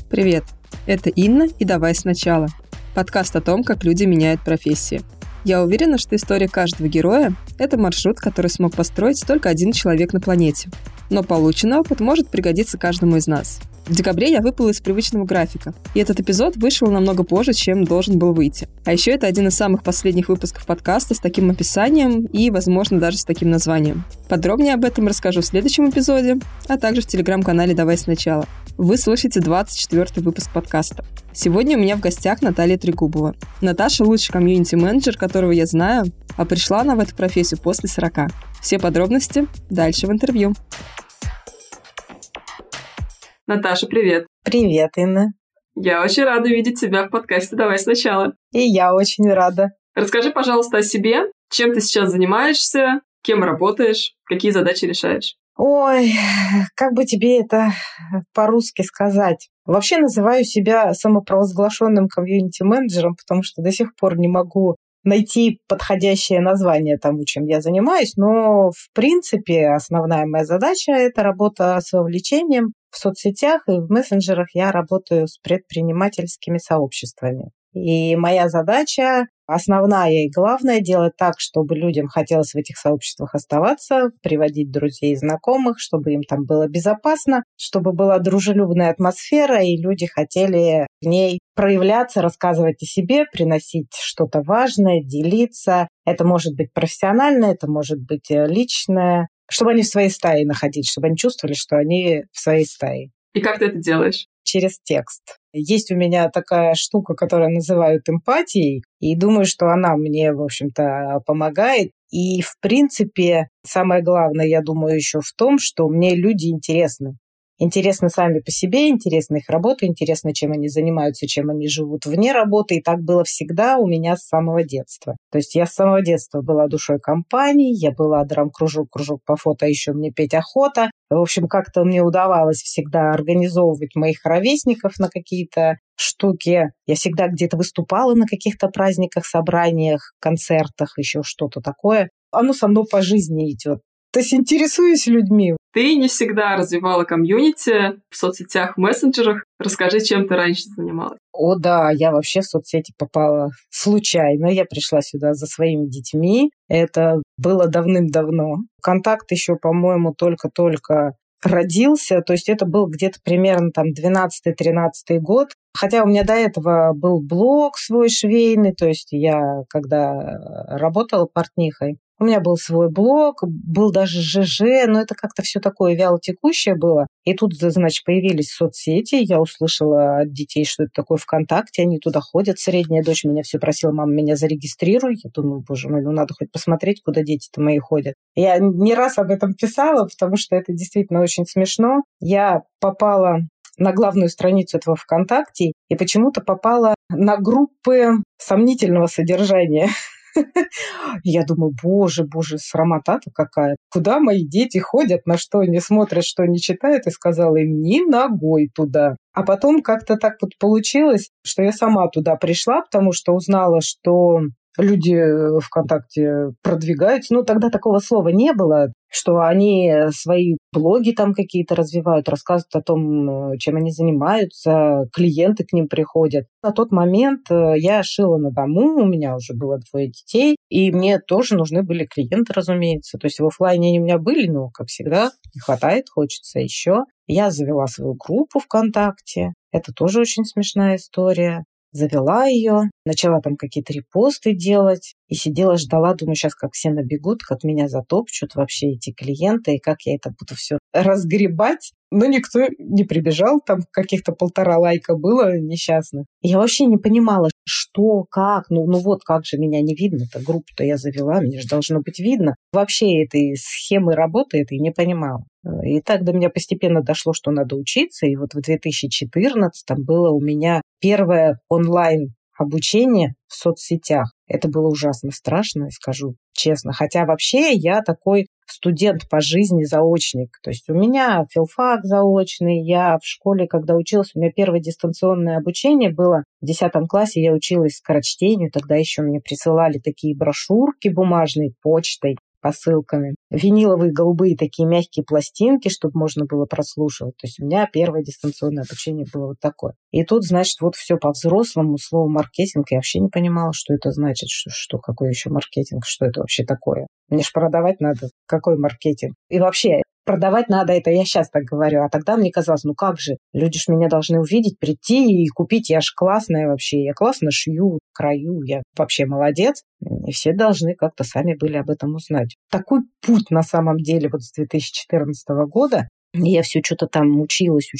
Привет, это Инна и «Давай сначала» – подкаст о том, как люди меняют профессии. Я уверена, что история каждого героя – это маршрут, который смог построить только один человек на планете. Но полученный опыт может пригодиться каждому из нас. В декабре я выпала из привычного графика, и этот эпизод вышел намного позже, чем должен был выйти. А еще это один из самых последних выпусков подкаста с таким описанием и, возможно, даже с таким названием. Подробнее об этом расскажу в следующем эпизоде, а также в телеграм-канале «Давай сначала». Вы слушаете 24-й выпуск подкаста. Сегодня у меня в гостях Наталья Трегубова. Наташа – лучший комьюнити-менеджер, которого я знаю, а пришла она в эту профессию после 40. Все подробности дальше в интервью. Наташа, привет. Привет, Инна. Я очень рада видеть тебя в подкасте «Давай сначала». И я очень рада. Расскажи, пожалуйста, о себе. Чем ты сейчас занимаешься, кем работаешь, какие задачи решаешь? Ой, как бы тебе это по-русски сказать? Вообще называю себя самопровозглашенным комьюнити-менеджером, потому что до сих пор не могу найти подходящее название тому, чем я занимаюсь. Но, в принципе, основная моя задача – это работа с вовлечением в соцсетях и в мессенджерах. Я работаю с предпринимательскими сообществами. И моя задача основная и главная – делать так, чтобы людям хотелось в этих сообществах оставаться, приводить друзей и знакомых, чтобы им там было безопасно, чтобы была дружелюбная атмосфера, и люди хотели в ней проявляться, рассказывать о себе, приносить что-то важное, делиться. Это может быть профессионально, это может быть личное, чтобы они в своей стае находились, чтобы они чувствовали, что они в своей стае. И как ты это делаешь? Через текст. Есть у меня такая штука, которую называют эмпатией, и думаю, что она мне, в общем-то, помогает. И, в принципе, самое главное, я думаю, еще в том, что мне люди интересны. Интересны сами по себе, интересна их работа, интересно, чем они занимаются, чем они живут вне работы. И так было всегда у меня с самого детства. То есть я с самого детства была душой компании, я была драм-кружок по фото, а еще мне петь охота. В общем, как-то мне удавалось всегда организовывать моих ровесников на какие-то штуки. Я всегда где-то выступала на каких-то праздниках, собраниях, концертах, еще что-то такое. Оно со мной по жизни идет. То есть интересуюсь людьми. Ты не всегда развивала комьюнити в соцсетях, в мессенджерах. Расскажи, чем ты раньше занималась. О, да, я вообще в соцсети попала случайно. Я пришла сюда за своими детьми. Это было давным-давно. Контакт еще, по-моему, только-только родился. То есть это был где-то примерно там 12-13 год. Хотя у меня до этого был блог свой швейный. То есть я, когда работала портнихой, у меня был свой блог, был даже ЖЖ, но это как-то все такое вялотекущее было. И тут, значит, появились соцсети, я услышала от детей, что это такое ВКонтакте, они туда ходят. Средняя дочь меня все просила: мама, меня зарегистрируй. Я думаю, боже мой, ну надо хоть посмотреть, куда дети-то мои ходят. Я не раз об этом писала, потому что это действительно очень смешно. Я попала на главную страницу этого ВКонтакте и почему-то попала на группы сомнительного содержания. Я думаю, боже, срамота-то какая. Куда мои дети ходят, на что они смотрят, что они читают, и сказала им: ни ногой туда. А потом как-то так вот получилось, что я сама туда пришла, потому что узнала, что люди ВКонтакте продвигаются. Ну, тогда такого слова не было, что они свои блоги там какие-то развивают, рассказывают о том, чем они занимаются, клиенты к ним приходят. На тот момент я шила на дому, у меня уже было 2 детей, и мне тоже нужны были клиенты, разумеется. То есть в офлайне они у меня были, но, как всегда, не хватает, хочется еще. Я завела свою группу ВКонтакте. Это тоже очень смешная история. Завела ее, начала там какие-то репосты делать и сидела, ждала, думаю, сейчас как все набегут, как меня затопчут вообще эти клиенты, и как я это буду все разгребать. Но никто не прибежал, там каких-то 1,5 лайка было несчастных. Я вообще не понимала, что, как, ну вот как же меня не видно-то, группу-то я завела, мне же должно быть видно. Вообще этой схемы работы этой не понимала. И так до меня постепенно дошло, что надо учиться, и вот в 2014 было у меня первое онлайн обучение в соцсетях. Это было ужасно страшно, скажу честно. Хотя вообще я такой студент по жизни, заочник. То есть у меня филфак заочный. Я в школе, когда училась, у меня первое дистанционное обучение было в 10 классе. Я училась скорочтению. Тогда еще мне присылали такие брошюрки бумажной почтой. посылками. Виниловые голубые такие мягкие пластинки, чтобы можно было прослушивать. То есть у меня первое дистанционное обучение было вот такое. И тут, значит, вот все по-взрослому. Слово маркетинг я вообще не понимала, что это значит, что какой еще маркетинг, что это вообще такое. Мне же продавать надо. Какой маркетинг? И вообще, продавать надо, это я сейчас так говорю. А тогда мне казалось, ну как же, люди ж меня должны увидеть, прийти и купить. Я ж классная вообще, я классно шью, крою, я вообще молодец. И все должны как-то сами были об этом узнать. Такой путь на самом деле вот с 2014 года. Я все что-то там училась.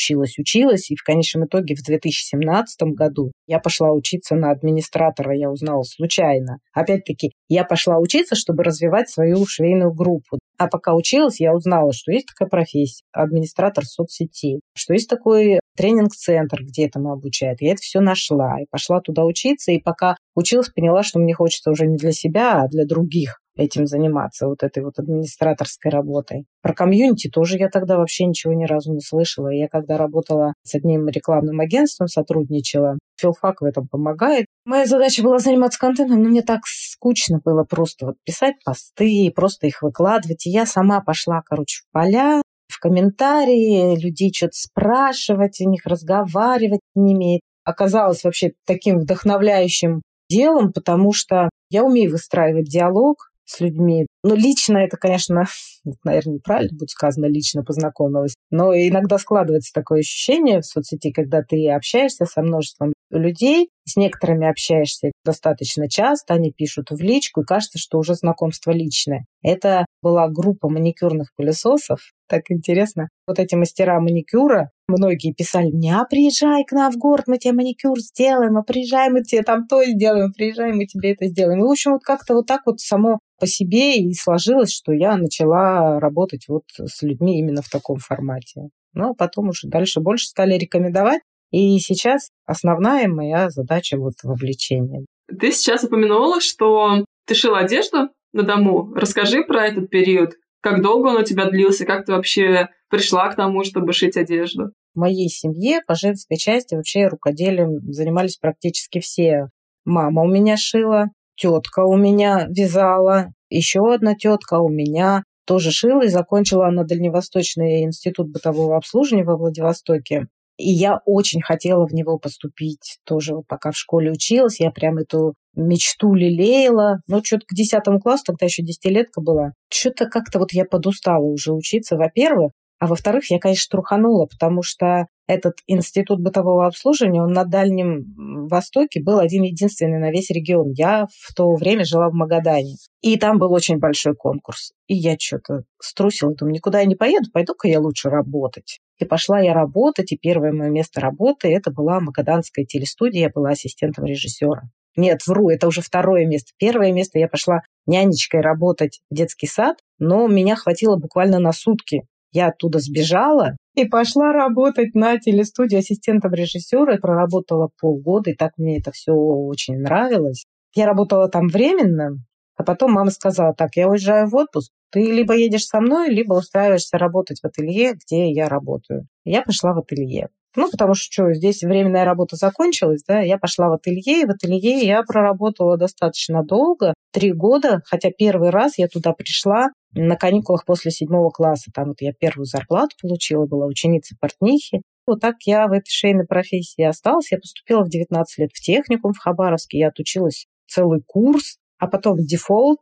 И в конечном итоге в 2017 году я пошла учиться на администратора, я узнала случайно. Опять-таки, я пошла учиться, чтобы развивать свою швейную группу. А пока училась, я узнала, что есть такая профессия, администратор соцсетей, что есть такой тренинг-центр, где этому обучают. Я это все нашла и пошла туда учиться. И пока училась, поняла, что мне хочется уже не для себя, а для других этим заниматься, вот этой вот администраторской работой. Про комьюнити тоже я тогда вообще ничего ни разу не слышала. Я когда работала с одним рекламным агентством, сотрудничала, филфак в этом помогает. Моя задача была заниматься контентом, но мне так скучно было просто вот писать посты, просто их выкладывать. И я сама пошла, в поля, в комментарии, людей что-то спрашивать, у них разговаривать с ними. Оказалось вообще таким вдохновляющим делом, потому что я умею выстраивать диалог с людьми. Ну, лично это, конечно, наверное, неправильно будет сказано, лично познакомилась. Но иногда складывается такое ощущение в соцсети, когда ты общаешься со множеством людей, с некоторыми общаешься достаточно часто, они пишут в личку, и кажется, что уже знакомство личное. Это была группа маникюрных пылесосов. Так интересно. Вот эти мастера маникюра, многие писали мне: а приезжай к нам в город, мы тебе маникюр сделаем, а приезжай, мы тебе там то сделаем, приезжай, мы тебе это сделаем. И, в общем, вот как-то вот так вот само по себе и сложилось, что я начала работать вот с людьми именно в таком формате. Ну, а потом уже дальше больше стали рекомендовать. И сейчас основная моя задача вот вовлечение. Ты сейчас упомянула, что ты шила одежду на дому. Расскажи про этот период. Как долго он у тебя длился? Как ты вообще пришла к тому, чтобы шить одежду? В моей семье по женской части вообще рукоделием занимались практически все. Мама у меня шила, тетка у меня вязала, еще одна тетка у меня тоже шила, и закончила она Дальневосточный институт бытового обслуживания во Владивостоке. И я очень хотела в него поступить. Тоже вот пока в школе училась, я прям эту мечту лелеяла. Но что-то к 10 классу, тогда еще 10-летка была. Что-то как-то вот я подустала уже учиться, во-первых. А во-вторых, я, конечно, труханула, потому что этот институт бытового обслуживания, он на Дальнем Востоке был один-единственный на весь регион. Я в то время жила в Магадане. И там был очень большой конкурс. И я что-то струсила, думаю, никуда я не поеду, пойду-ка я лучше работать. И пошла я работать, и первое мое место работы, это была магаданская телестудия, я была ассистентом режиссера. Нет, вру, это уже второе место. Первое место я пошла нянечкой работать в детский сад, но меня хватило буквально на сутки. Я оттуда сбежала и пошла работать на телестудию ассистентом режиссера. И проработала полгода, и так мне это все очень нравилось. Я работала там временно, а потом мама сказала: так, я уезжаю в отпуск, ты либо едешь со мной, либо устраиваешься работать в ателье, где я работаю. Я пошла в ателье. Ну, потому что здесь временная работа закончилась, да, я пошла в ателье, и в ателье я проработала достаточно долго, 3 года, хотя первый раз я туда пришла на каникулах после 7 класса. Там вот я первую зарплату получила, была ученицей портнихи. Вот так я в этой швейной профессии осталась. Я поступила в 19 лет в техникум в Хабаровске, я отучилась целый курс, а потом дефолт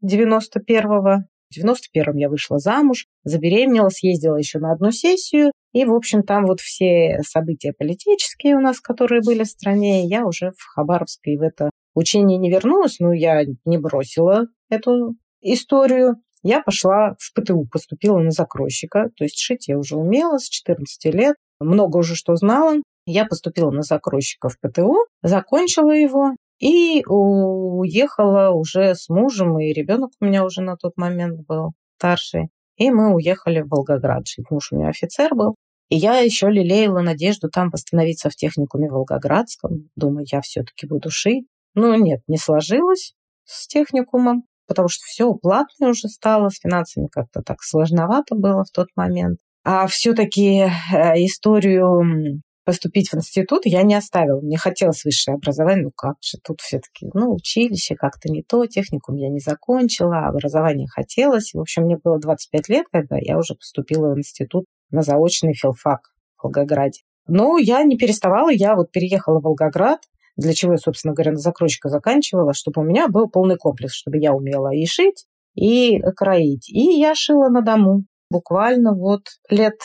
91-го. В 91-м я вышла замуж, забеременела, съездила еще на одну сессию. И, в общем, там вот все события политические у нас, которые были в стране, я уже в Хабаровске в это учение не вернулась, но я не бросила эту историю. Я пошла в ПТУ, поступила на закройщика, то есть шить я уже умела с 14 лет, много уже что знала. Я поступила на закройщика в ПТУ, закончила его и уехала уже с мужем, и ребенок у меня уже на тот момент был старший. И мы уехали в Волгоград жить. Муж у меня офицер был. И я еще лелеяла надежду там восстановиться в техникуме Волгоградском. Думаю, я все-таки буду шить. Но нет, не сложилось с техникумом, потому что все платное уже стало, с финансами как-то так сложновато было в тот момент. А все-таки историю поступить в институт я не оставила. Мне хотелось высшее образование. Ну как же, тут все-таки, училище как-то не то, техникум я не закончила, а образование хотелось. В общем, мне было 25 лет, когда я уже поступила в институт на заочный филфак в Волгограде. Но я не переставала, я вот переехала в Волгоград, для чего я, собственно говоря, на закройщика заканчивала, чтобы у меня был полный комплекс, чтобы я умела и шить, и кроить. И я шила на дому. Буквально вот лет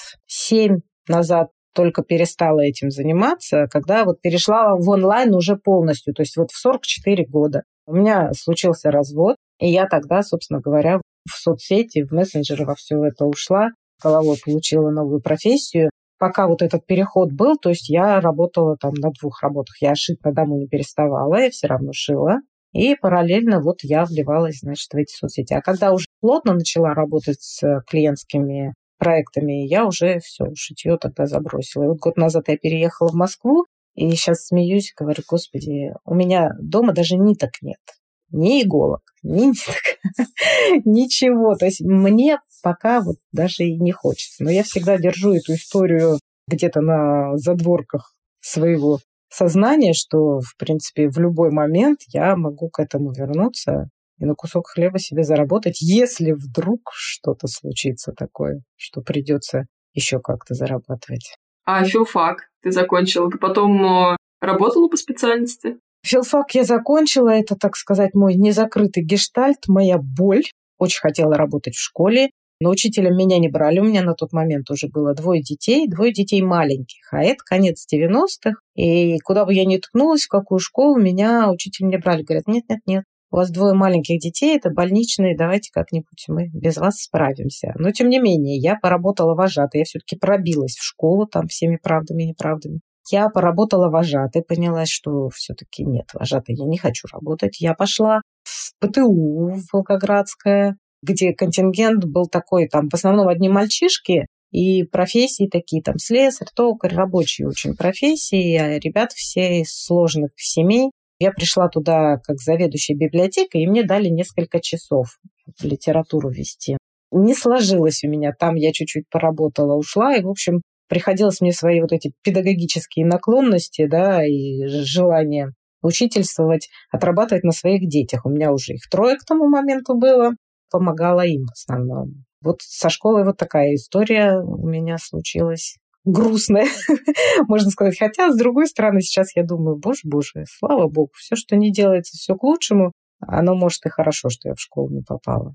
7 назад только перестала этим заниматься, когда вот перешла в онлайн уже полностью, то есть вот в 44 года. У меня случился развод, и я тогда, собственно говоря, в соцсети, в мессенджеры во все это ушла, головой получила новую профессию. Пока вот этот переход был, то есть я работала там на 2 работах. Я шить на дому не переставала, я все равно шила. И параллельно вот я вливалась, значит, в эти соцсети. А когда уже плотно начала работать с клиентскими проектами, я уже все, шитье тогда забросила. И вот год назад я переехала в Москву, и сейчас смеюсь, говорю, господи, у меня дома даже ниток нет. Ни иголок, ни ниток, ничего. То есть мне пока вот даже и не хочется. Но я всегда держу эту историю где-то на задворках своего сознания, что, в принципе, в любой момент я могу к этому вернуться и на кусок хлеба себе заработать, если вдруг что-то случится такое, что придется еще как-то зарабатывать. А филфак ты закончила? Ты потом работала по специальности? Филфак я закончила. Это, так сказать, мой незакрытый гештальт, моя боль. Очень хотела работать в школе, но учителя меня не брали. У меня на тот момент уже было 2 детей маленьких. А это конец 90-х. И куда бы я ни ткнулась, в какую школу, меня учитель не брали. Говорят, нет, у вас 2 маленьких детей, это больничные, давайте как-нибудь мы без вас справимся. Но, тем не менее, я поработала вожатой. Я все-таки пробилась в школу там всеми правдами и неправдами. Я поработала вожатой, поняла, что все-таки нет, вожатой я не хочу работать. Я пошла в ПТУ Волгоградское, где контингент был такой, там в основном одни мальчишки, и профессии такие, там слесарь, токарь, рабочие очень профессии, а ребят все из сложных семей. Я пришла туда как заведующая библиотекой, и мне дали несколько часов литературу вести. Не сложилось у меня, там я чуть-чуть поработала, ушла, и, в общем, приходилось мне свои вот эти педагогические наклонности, да, и желание учительствовать, отрабатывать на своих детях. У меня уже их 3 к тому моменту было, помогала им в основном. Вот со школой вот такая история у меня случилась. Грустная, можно сказать. Хотя, с другой стороны, сейчас я думаю, боже, слава богу, все, что не делается, все к лучшему. Оно, может, и хорошо, что я в школу не попала.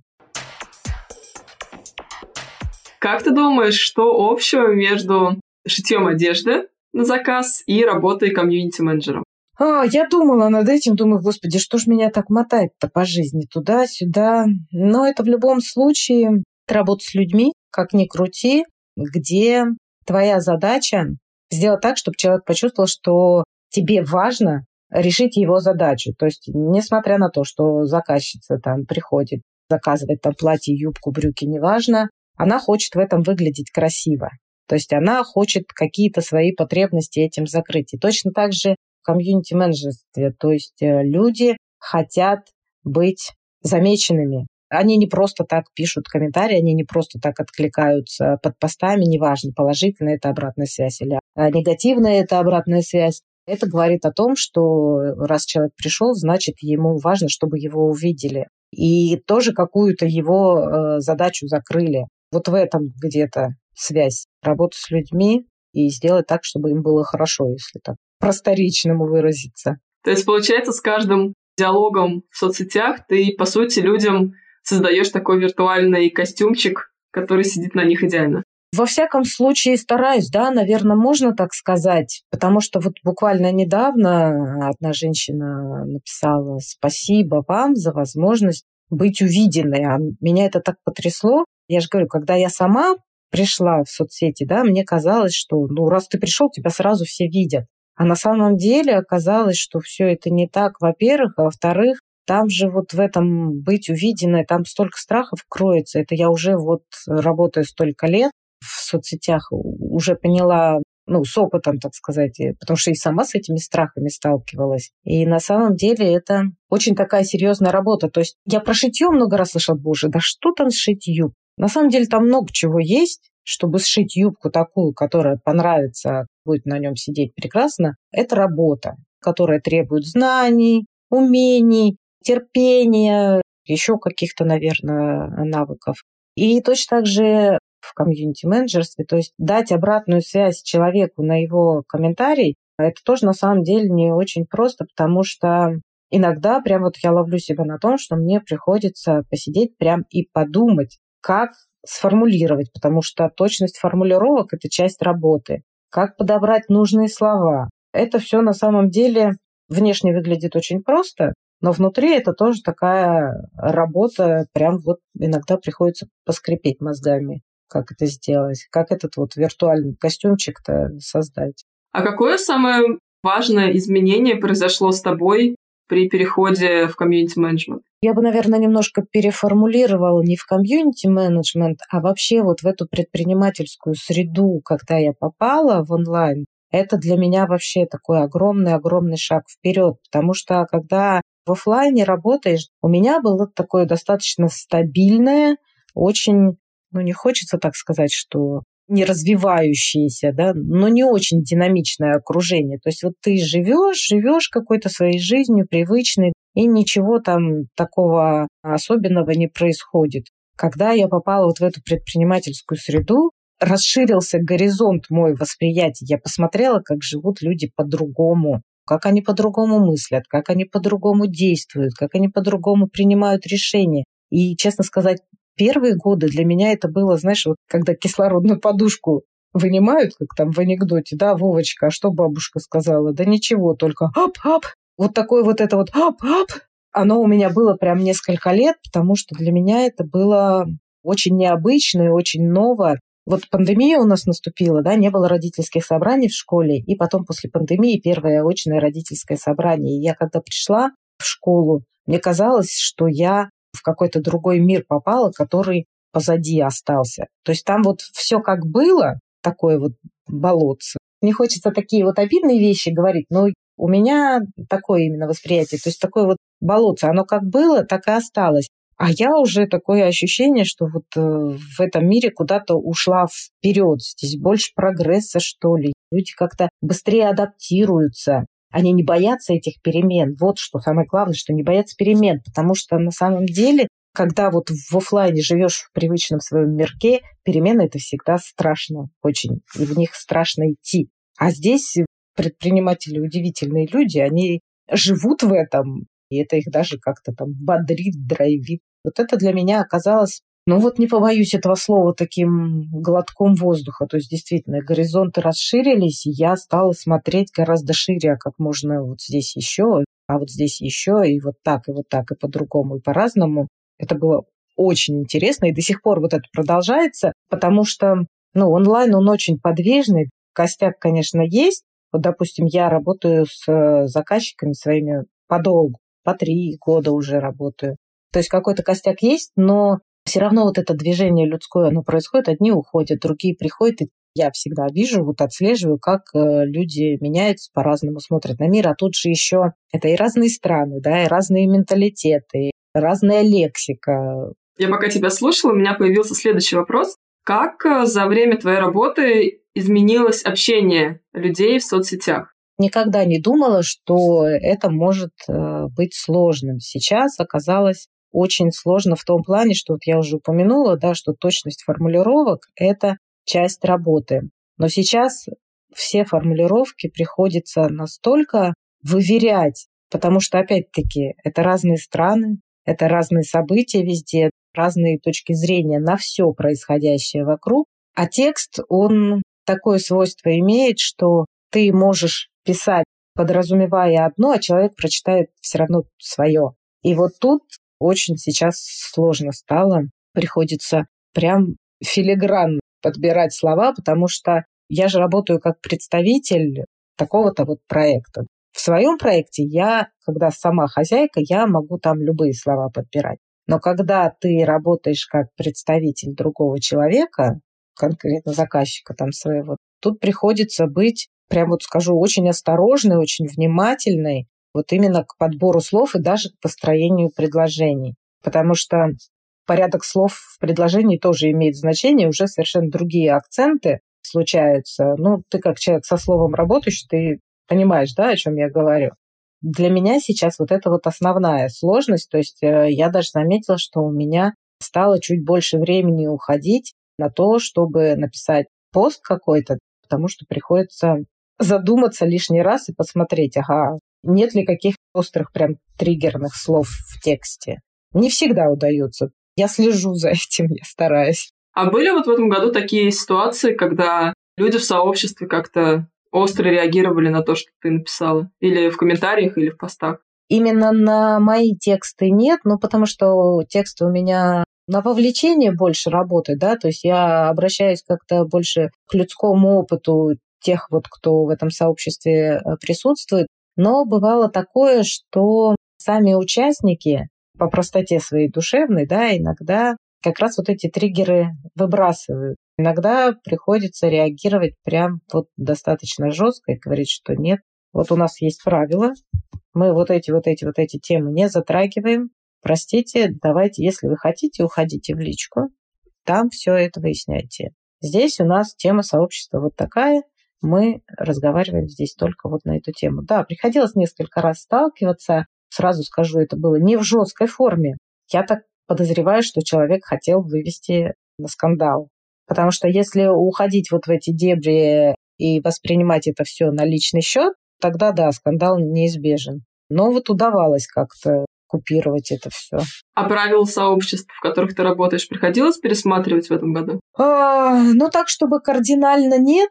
Как ты думаешь, что общего между шитьем одежды на заказ и работой комьюнити-менеджером? Я думала над этим, думаю, господи, что ж меня так мотает-то по жизни туда-сюда. Но это в любом случае работа с людьми, как ни крути, где твоя задача сделать так, чтобы человек почувствовал, что тебе важно решить его задачу. То есть, несмотря на то, что заказчица там приходит, заказывает там платье, юбку, брюки, неважно, она хочет в этом выглядеть красиво. То есть она хочет какие-то свои потребности этим закрыть. И точно так же в комьюнити-менеджерстве. То есть люди хотят быть замеченными. Они не просто так пишут комментарии, они не просто так откликаются под постами, неважно, положительная это обратная связь или негативная это обратная связь. Это говорит о том, что раз человек пришел, значит, ему важно, чтобы его увидели. И тоже какую-то его задачу закрыли. Вот в этом где-то связь. Работа с людьми и сделать так, чтобы им было хорошо, если так просторечному выразиться. То есть, получается, с каждым диалогом в соцсетях ты, по сути, людям создаешь такой виртуальный костюмчик, который сидит на них идеально. Во всяком случае стараюсь, да, наверное, можно так сказать, потому что вот буквально недавно одна женщина написала: «Спасибо вам за возможность быть увиденной». А меня это так потрясло. Я же говорю, когда я сама пришла в соцсети, да, мне казалось, что, раз ты пришел, тебя сразу все видят. А на самом деле оказалось, что все это не так, во-первых, а во-вторых, там же вот в этом быть увиденной, там столько страхов кроется. Это я уже вот работаю столько лет в соцсетях, уже поняла, с опытом, так сказать, потому что и сама с этими страхами сталкивалась. И на самом деле это очень такая серьезная работа. То есть я про шитье много раз слышала: боже, да что там с шитьем? На самом деле там много чего есть. чтобы сшить юбку такую, которая понравится, будет на нем сидеть прекрасно, это работа, которая требует знаний, умений, терпения, еще каких-то, наверное, навыков. И точно так же в комьюнити-менеджерстве, то есть дать обратную связь человеку на его комментарий, это тоже на самом деле не очень просто, потому что иногда прям вот я ловлю себя на том, что мне приходится посидеть прям и подумать, как сформулировать, потому что точность формулировок – это часть работы. Как подобрать нужные слова. Это все на самом деле внешне выглядит очень просто, но внутри это тоже такая работа, прям вот иногда приходится поскрипеть мозгами, как это сделать, как этот вот виртуальный костюмчик-то создать. А какое самое важное изменение произошло с тобой при переходе в комьюнити-менеджмент? Я бы, наверное, немножко переформулировала не в комьюнити-менеджмент, а вообще вот в эту предпринимательскую среду, когда я попала в онлайн. Это для меня вообще такой огромный-огромный шаг вперед, потому что когда в офлайне работаешь, у меня было такое достаточно стабильное, очень, не хочется так сказать, что не развивающееся, да, но не очень динамичное окружение. То есть вот ты живешь какой-то своей жизнью привычной, и ничего там такого особенного не происходит. Когда я попала вот в эту предпринимательскую среду, расширился горизонт мой восприятия. Я посмотрела, как живут люди по-другому, как они по-другому мыслят, как они по-другому действуют, как они по-другому принимают решения. И, честно сказать, первые годы для меня это было, знаешь, вот когда кислородную подушку вынимают, как там в анекдоте, да, Вовочка, а что бабушка сказала? Да ничего, только ап-ап. Вот такое вот это вот ап-ап. Оно у меня было прям несколько лет, потому что для меня это было очень необычно и очень ново. Вот пандемия у нас наступила, да, не было родительских собраний в школе, и потом после пандемии первое очное родительское собрание. И я когда пришла в школу, мне казалось, что я в какой-то другой мир попала, который позади остался. То есть там вот все как было, такое вот болотце. Не хочется такие вот обидные вещи говорить, но у меня такое именно восприятие. То есть такое вот болотце, оно как было, так и осталось. А я уже такое ощущение, что вот в этом мире куда-то ушла вперед. Здесь больше прогресса, что ли. Люди как-то быстрее адаптируются. Они не боятся этих перемен. Вот что самое главное, что не боятся перемен. Потому что на самом деле, когда вот в офлайне живешь в привычном своем мирке, перемены – это всегда страшно очень. И в них страшно идти. А здесь предприниматели удивительные люди. Они живут в этом. И это их даже как-то там бодрит, драйвит. Вот это для меня оказалось, не побоюсь этого слова, таким глотком воздуха. То есть действительно горизонты расширились, и я стала смотреть гораздо шире, а как можно вот здесь еще, а вот здесь еще, и вот так, и по-другому, и по-разному. Это было очень интересно, и до сих пор вот это продолжается, потому что онлайн, он очень подвижный, костяк, конечно, есть. Вот, допустим, я работаю с заказчиками своими подолгу. По 3 года уже работаю. То есть какой-то костяк есть, но все равно вот это движение людское, оно происходит, одни уходят, другие приходят, и я всегда вижу, вот отслеживаю, как люди меняются, по-разному смотрят на мир, а тут же еще это и разные страны, да, и разные менталитеты, разная лексика. Я пока тебя слушала, у меня появился следующий вопрос. Как за время твоей работы изменилось общение людей в соцсетях? Никогда не думала, что это может быть сложным. Сейчас оказалось очень сложно в том плане, что вот я уже упомянула, да, что точность формулировок – это часть работы. Но сейчас все формулировки приходится настолько выверять, потому что, опять-таки, это разные страны, это разные события везде, разные точки зрения на все происходящее вокруг. А текст, он такое свойство имеет, что ты можешь писать, подразумевая одно, а человек прочитает все равно свое. И вот тут очень сейчас сложно стало. Приходится прям филигранно подбирать слова, потому что я же работаю как представитель такого-то вот проекта. В своем проекте я, когда сама хозяйка, я могу там любые слова подбирать. Но когда ты работаешь как представитель другого человека, конкретно заказчика там своего, тут приходится быть, прям вот скажу, очень осторожной, очень внимательной, вот именно к подбору слов и даже к построению предложений. Потому что порядок слов в предложении тоже имеет значение, уже совершенно другие акценты случаются. Ну, ты как человек со словом работающий, ты понимаешь, да, о чем я говорю. Для меня сейчас вот это вот основная сложность. То есть я даже заметила, что у меня стало чуть больше времени уходить на то, чтобы написать пост какой-то, потому что приходится задуматься лишний раз и посмотреть, ага, нет ли каких острых прям триггерных слов в тексте. Не всегда удается. Я слежу за этим, я стараюсь. А были вот в этом году такие ситуации, когда люди в сообществе как-то остро реагировали на то, что ты написала? Или в комментариях, или в постах? Именно на мои тексты нет, ну, потому что тексты у меня на вовлечение больше работают, да, то есть я обращаюсь как-то больше к людскому опыту тех вот, кто в этом сообществе присутствует. Но бывало такое, что сами участники по простоте своей душевной, да, иногда как раз вот эти триггеры выбрасывают. Иногда приходится реагировать прям вот достаточно жестко и говорить, что нет, вот у нас есть правила, мы вот эти темы не затрагиваем. Простите, давайте, если вы хотите, уходите в личку, там все это выясняйте. Здесь у нас тема сообщества вот такая, мы разговариваем здесь только вот на эту тему. Да, приходилось несколько раз сталкиваться, сразу скажу, это было не в жесткой форме. Я так подозреваю, что человек хотел вывести на скандал. Потому что если уходить вот в эти дебри и воспринимать это все на личный счет, тогда да, скандал неизбежен. Но вот удавалось как-то купировать это все. А правила сообществ, в которых ты работаешь, приходилось пересматривать в этом году? Ну, так, чтобы кардинально нет,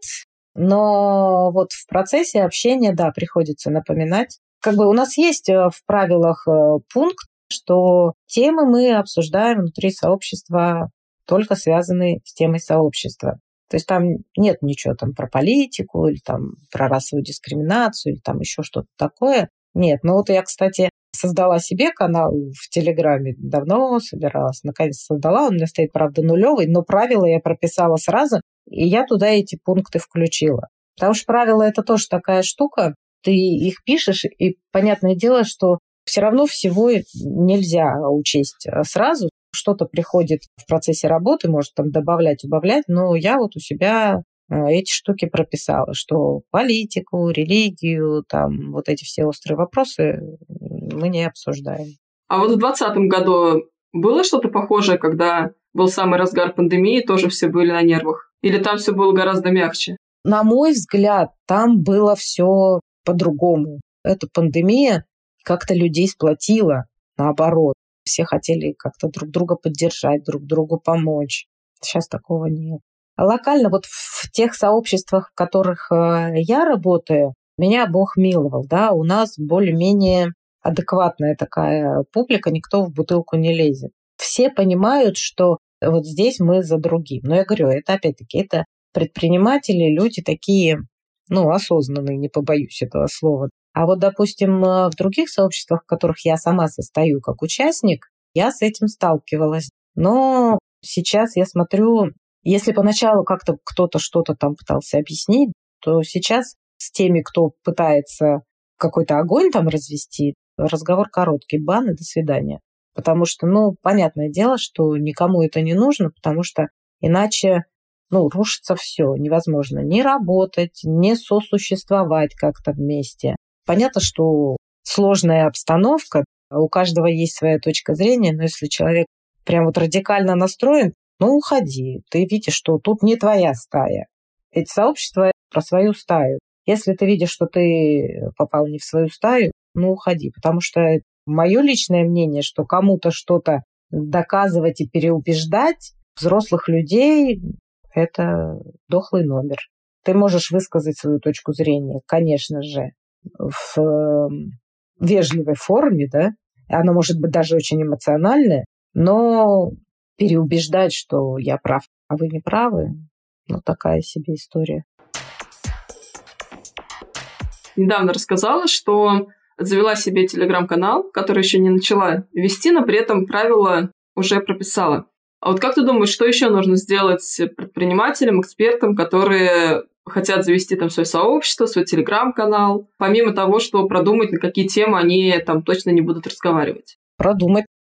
но вот в процессе общения, да, приходится напоминать. Как бы у нас есть в правилах пункт, что темы мы обсуждаем внутри сообщества, только связанные с темой сообщества. То есть там нет ничего там про политику или там про расовую дискриминацию или там еще что-то такое. Нет, ну вот я, кстати, создала себе канал в Телеграме, давно собиралась, наконец создала, он у меня стоит, правда, нулевый, но правила я прописала сразу, и я туда эти пункты включила. Потому что правила – это тоже такая штука, ты их пишешь, и понятное дело, что все равно всего нельзя учесть сразу. Что-то приходит в процессе работы, может там добавлять, убавлять, но я вот у себя эти штуки прописала, что политику, религию, там вот эти все острые вопросы мы не обсуждаем. А вот в 2020 году было что-то похожее, когда был самый разгар пандемии, тоже все были на нервах? Или там все было гораздо мягче? На мой взгляд, там было все по-другому. Эта пандемия как-то людей сплотила, наоборот. Все хотели как-то друг друга поддержать, друг другу помочь. Сейчас такого нет. Локально вот в тех сообществах, в которых я работаю, меня Бог миловал, да, у нас более-менее адекватная такая публика, никто в бутылку не лезет. Все понимают, что вот здесь мы за другим. Но я говорю, это опять-таки, это предприниматели, люди такие, осознанные, не побоюсь этого слова. А вот, допустим, в других сообществах, в которых я сама состою как участник, я с этим сталкивалась. Но сейчас я смотрю, если поначалу как-то кто-то что-то там пытался объяснить, то сейчас с теми, кто пытается какой-то огонь там развести, разговор короткий, бан и до свидания. Потому что, понятное дело, что никому это не нужно, потому что иначе, рушится все. Невозможно ни работать, ни сосуществовать как-то вместе. Понятно, что сложная обстановка, у каждого есть своя точка зрения, но если человек прям вот радикально настроен, уходи. Ты видишь, что тут не твоя стая. Эти сообщества про свою стаю. Если ты видишь, что ты попал не в свою стаю, уходи. Потому что мое личное мнение, что кому-то что-то доказывать и переубеждать взрослых людей – это дохлый номер. Ты можешь высказать свою точку зрения, конечно же, в вежливой форме, да, она может быть даже очень эмоциональная, но переубеждать, что я прав, а вы не правы, такая себе история. Недавно рассказала, что завела себе телеграм-канал, который еще не начала вести, но при этом правила уже прописала. А вот как ты думаешь, что еще нужно сделать предпринимателям, экспертам, которые хотят завести там свое сообщество, свой телеграм-канал, помимо того, что продумать, на какие темы они там точно не будут разговаривать? Продумать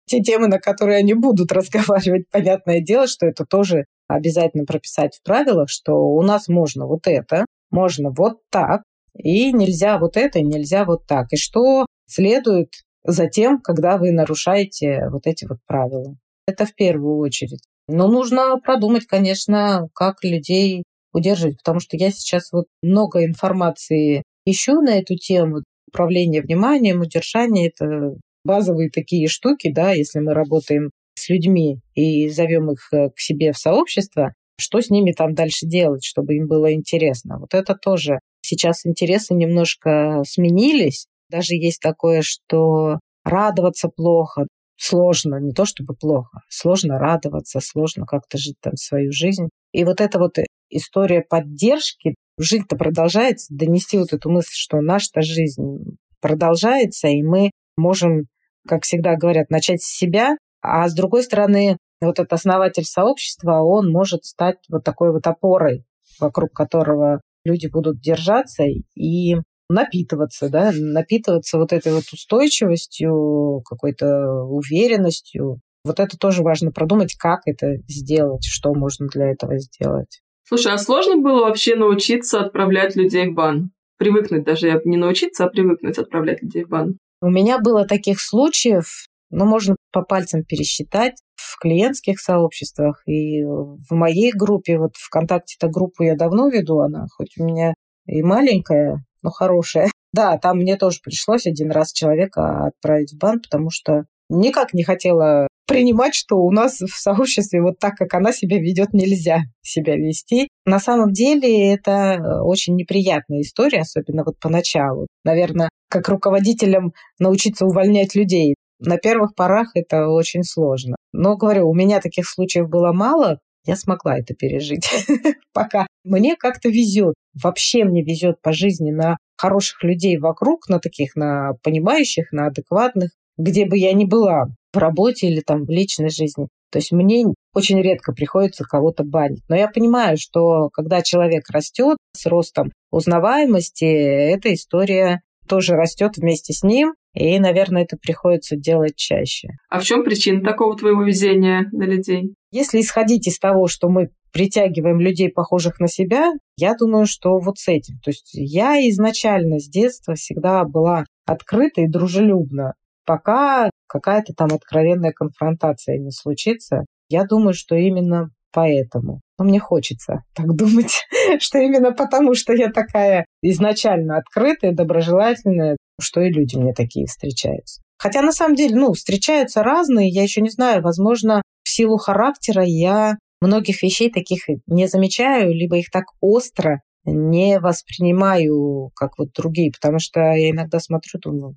те темы, на которые они будут разговаривать. Понятное дело, что это тоже обязательно прописать в правилах, что у нас можно вот это, можно вот так, и нельзя вот это, и нельзя вот так. И что следует за тем, когда вы нарушаете вот эти вот правила. Это в первую очередь. Но нужно продумать, конечно, как людей удерживать, потому что я сейчас вот много информации ищу на эту тему. Управление вниманием, удержание – это базовые такие штуки, да, если мы работаем с людьми и зовем их к себе в сообщество, что с ними там дальше делать, чтобы им было интересно. Вот это тоже. Сейчас интересы немножко сменились. Даже есть такое, что радоваться плохо, сложно, не то чтобы плохо, сложно радоваться, сложно как-то жить там свою жизнь. И вот эта вот история поддержки, жизнь-то продолжается, донести вот эту мысль, что наша жизнь продолжается, и мы можем, как всегда говорят, начать с себя, а с другой стороны, вот этот основатель сообщества, он может стать вот такой вот опорой, вокруг которого люди будут держаться и напитываться, да, напитываться вот этой вот устойчивостью, какой-то уверенностью. Вот это тоже важно продумать, как это сделать, что можно для этого сделать. Слушай, а сложно было вообще научиться отправлять людей в бан? Привыкнуть даже, не научиться, а привыкнуть отправлять людей в бан. У меня было таких случаев, можно по пальцам пересчитать в клиентских сообществах и в моей группе. Вот ВКонтакте-то группу я давно веду, она хоть у меня и маленькая, но хорошая. Да, там мне тоже пришлось один раз человека отправить в бан, потому что никак не хотела принимать, что у нас в сообществе вот так, как она себя ведет, нельзя себя вести. На самом деле это очень неприятная история, особенно вот поначалу. Наверное, как руководителям научиться увольнять людей. На первых порах это очень сложно. Но, говорю, у меня таких случаев было мало, я смогла это пережить пока. Мне как-то везет. Вообще мне везет по жизни на хороших людей вокруг, на таких, на понимающих, на адекватных, где бы я ни была, в работе или там в личной жизни. То есть мне очень редко приходится кого-то банить. Но я понимаю, что когда человек растет с ростом узнаваемости, эта история тоже растет вместе с ним, и, наверное, это приходится делать чаще. А в чем причина такого твоего везения на людей? Если исходить из того, что мы притягиваем людей, похожих на себя, я думаю, что вот с этим. То есть я изначально с детства всегда была открыта и дружелюбна, пока какая-то там откровенная конфронтация не случится. Я думаю, что именно поэтому. Но мне хочется так думать, что именно потому, что я такая изначально открытая, доброжелательная, что и люди мне такие встречаются. Хотя на самом деле, встречаются разные, я еще не знаю, возможно, в силу характера я многих вещей таких не замечаю, либо их так остро не воспринимаю, как вот другие, потому что я иногда смотрю, думаю,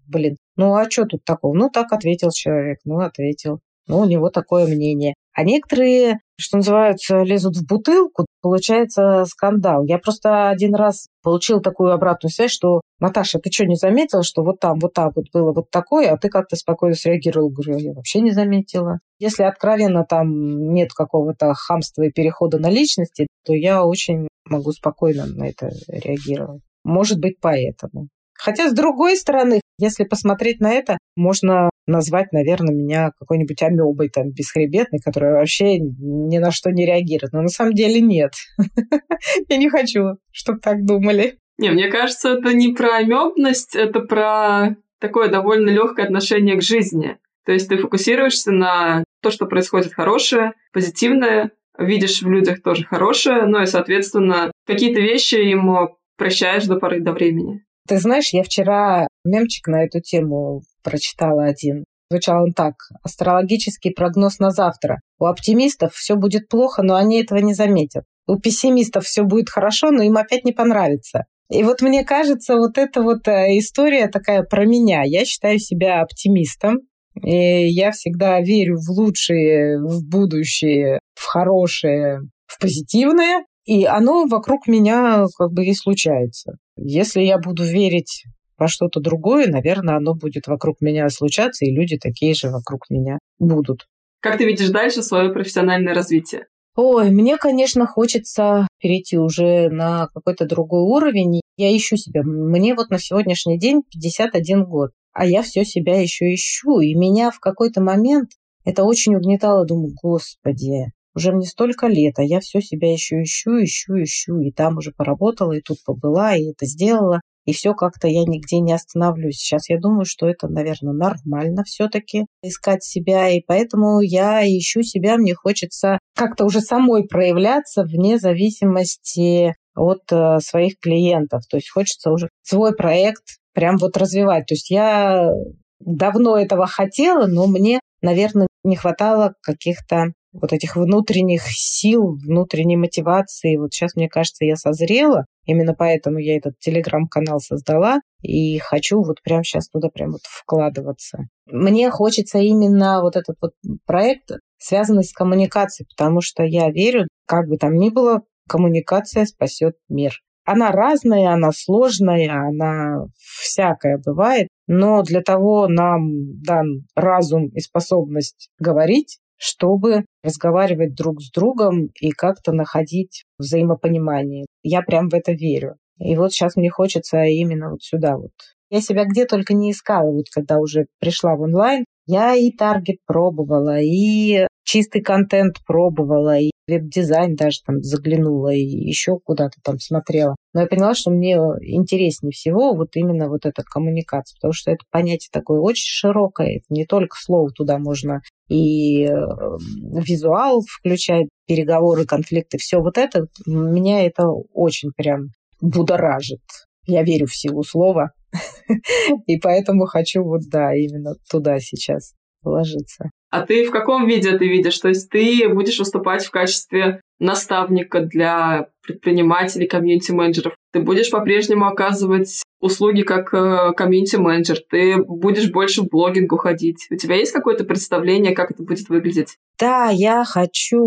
а что тут такого? Так ответил человек, ответил. У него такое мнение. А некоторые, что называется, лезут в бутылку, получается скандал. Я просто один раз получила такую обратную связь, что «Наташа, ты что, не заметила, что вот там вот было вот такое, а ты как-то спокойно среагировала?» Говорю, я вообще не заметила. Если откровенно там нет какого-то хамства и перехода на личности, то я очень могу спокойно на это реагировать. Может быть, поэтому. Хотя, с другой стороны, если посмотреть на это, можно назвать, наверное, меня какой-нибудь амебой там бесхребетной, которая вообще ни на что не реагирует. Но на самом деле нет. Я не хочу, чтобы так думали. Мне кажется, это не про амебность, это про такое довольно легкое отношение к жизни. То есть ты фокусируешься на то, что происходит хорошее, позитивное, видишь в людях тоже хорошее, и, соответственно, какие-то вещи им прощаешь до поры до времени. Ты знаешь, я вчера мемчик на эту тему прочитала один. Звучал он так. Астрологический прогноз на завтра. У оптимистов все будет плохо, но они этого не заметят. У пессимистов все будет хорошо, но им опять не понравится. И вот мне кажется, вот эта вот история такая про меня. Я считаю себя оптимистом. И я всегда верю в лучшее, в будущее, в хорошее, в позитивное. И оно вокруг меня и случается. Если я буду верить во что-то другое, наверное, оно будет вокруг меня случаться, и люди такие же вокруг меня будут. Как ты видишь дальше свое профессиональное развитие? Мне, конечно, хочется перейти уже на какой-то другой уровень. Я ищу себя. Мне вот на сегодняшний день 51 год, а я все себя еще ищу. И меня в какой-то момент Это очень угнетало. Думаю, господи, уже мне столько лет, а я все себя еще ищу. И там уже поработала, и тут побыла, и это сделала. И все как-то я нигде не остановлюсь. Сейчас я думаю, что это, наверное, нормально все-таки искать себя. И поэтому я ищу себя. Мне хочется как-то уже самой проявляться вне зависимости от своих клиентов. То есть хочется уже свой проект прям вот развивать. То есть я давно этого хотела, но мне, наверное, не хватало каких-то вот этих внутренних сил, внутренней мотивации. Вот сейчас, мне кажется, я созрела. Именно поэтому я этот телеграм-канал создала и хочу вот прямо сейчас туда прям вот вкладываться. Мне хочется именно вот этот вот проект, связанный с коммуникацией, потому что я верю, как бы там ни было, коммуникация спасет мир. Она разная, она сложная, она всякая бывает, но для того нам дан разум и способность говорить, чтобы разговаривать друг с другом и как-то находить взаимопонимание. Я прям в это верю. И вот сейчас мне хочется именно вот сюда вот. Я себя где только не искала, вот когда уже пришла в онлайн, я и таргет пробовала, и чистый контент пробовала, и веб-дизайн даже там заглянула, и еще куда-то там смотрела. Но я поняла, что мне интереснее всего вот именно вот эта коммуникация, потому что это понятие такое очень широкое, это не только слово, туда можно и визуал включать, переговоры, конфликты, все вот это, меня это очень прям будоражит. Я верю в силу слова, и поэтому хочу вот, да, именно туда сейчас вложиться. А ты в каком виде ты видишь? То есть ты будешь выступать в качестве наставника для предпринимателей, комьюнити-менеджеров. Ты будешь по-прежнему оказывать услуги как комьюнити-менеджер. Ты будешь больше в блогинг уходить. У тебя есть какое-то представление, как это будет выглядеть? Да, я хочу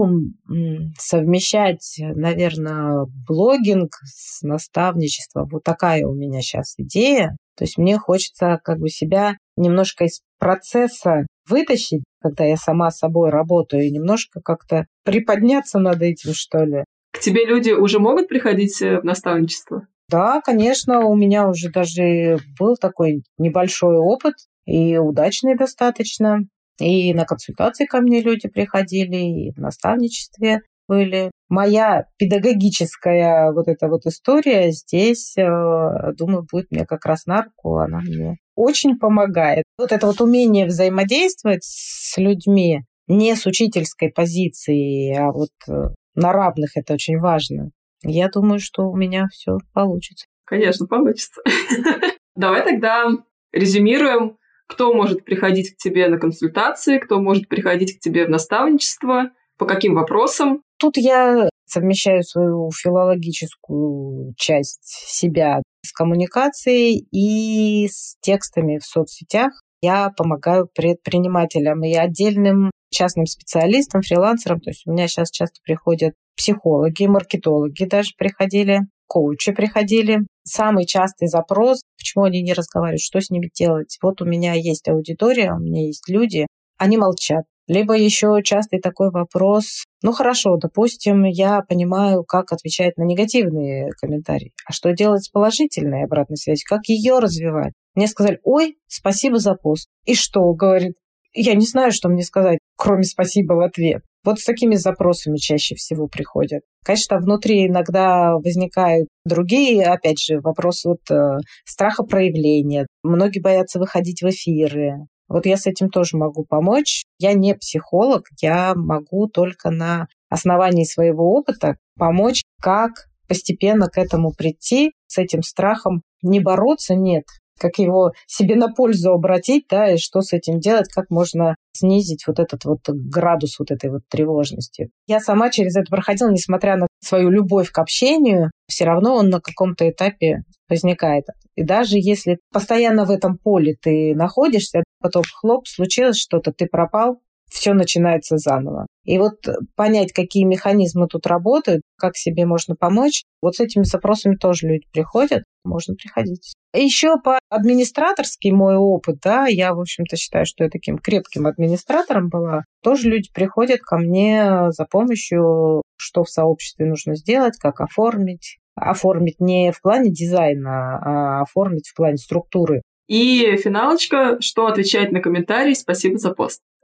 совмещать, наверное, блогинг с наставничеством. Вот такая у меня сейчас идея. То есть мне хочется как бы себя немножко из процесса вытащить, когда я сама с собой работаю, и немножко как-то приподняться над этим, что ли. К тебе люди уже могут приходить в наставничество? Да, конечно, у меня уже даже был такой небольшой опыт, и удачный достаточно. И на консультации ко мне люди приходили, и в наставничестве были. Моя педагогическая вот эта вот история здесь, думаю, будет мне как раз на руку, она мне очень помогает. Вот это вот умение взаимодействовать с людьми не с учительской позиции, а вот на равных, это очень важно. Я думаю, что у меня все получится. Конечно, получится. Давай тогда резюмируем, кто может приходить к тебе на консультации, кто может приходить к тебе в наставничество, по каким вопросам. Тут я совмещаю свою филологическую часть себя с коммуникацией и с текстами в соцсетях. Я помогаю предпринимателям и отдельным частным специалистам, фрилансерам. То есть у меня сейчас часто приходят психологи, маркетологи даже приходили, коучи приходили. Самый частый запрос, почему они не разговаривают, что с ними делать. Вот у меня есть аудитория, у меня есть люди, они молчат. Либо еще частый такой вопрос, ну хорошо, допустим, я понимаю, как отвечать на негативные комментарии. А что делать с положительной обратной связью? Как ее развивать? Мне сказали, ой, спасибо за пост. И что, говорит, я не знаю, что мне сказать, кроме спасибо в ответ. Вот с такими запросами чаще всего приходят. Конечно, внутри иногда возникают другие, опять же, вопросы страха проявления. Многие боятся выходить в эфиры. Вот я с этим тоже могу помочь. Я не психолог, я могу только на основании своего опыта помочь, как постепенно к этому прийти, с этим страхом не бороться, нет, как его себе на пользу обратить, да, и что с этим делать, как можно снизить вот этот вот градус вот этой вот тревожности. Я сама через это проходила, несмотря на свою любовь к общению, все равно он на каком-то этапе возникает. И даже если постоянно в этом поле ты находишься, потом хлоп, случилось что-то, ты пропал, все начинается заново. И вот понять, какие механизмы тут работают, как себе можно помочь, вот с этими запросами тоже люди приходят, можно приходить. Еще по администраторский мой опыт, да, я, в общем-то, считаю, что я таким крепким администратором была. Тоже люди приходят ко мне за помощью, что в сообществе нужно сделать, как оформить. Оформить не в плане дизайна, а оформить в плане структуры. И финалочка, что отвечать на комментарии «Спасибо за пост».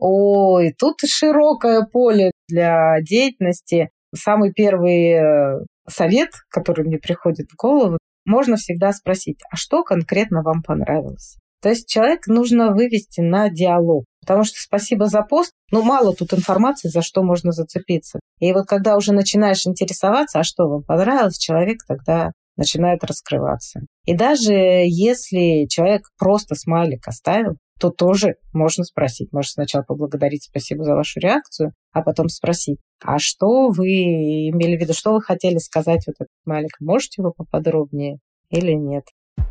Ой, тут широкое поле для деятельности. Самый первый совет, который мне приходит в голову, можно всегда спросить, а что конкретно вам понравилось? То есть человека нужно вывести на диалог. Потому что спасибо за пост, мало тут информации, за что можно зацепиться. И вот когда уже начинаешь интересоваться, а что вам понравилось, человек тогда начинает раскрываться. И даже если человек просто смайлик оставил, то тоже можно спросить. Можно сначала поблагодарить, спасибо за вашу реакцию, а потом спросить, а что вы имели в виду, что вы хотели сказать вот этот смайлик? Можете вы поподробнее или нет?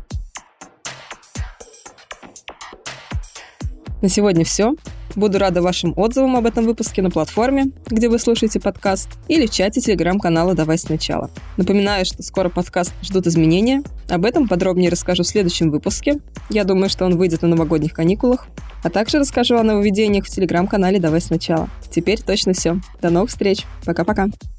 На сегодня все. Буду рада вашим отзывам об этом выпуске на платформе, где вы слушаете подкаст, или в чате телеграм-канала «Давай сначала». Напоминаю, что скоро подкаст ждут изменения. Об этом подробнее расскажу в следующем выпуске. Я думаю, что он выйдет на новогодних каникулах. А также расскажу о нововведениях в телеграм-канале «Давай сначала». Теперь точно все. До новых встреч. Пока-пока.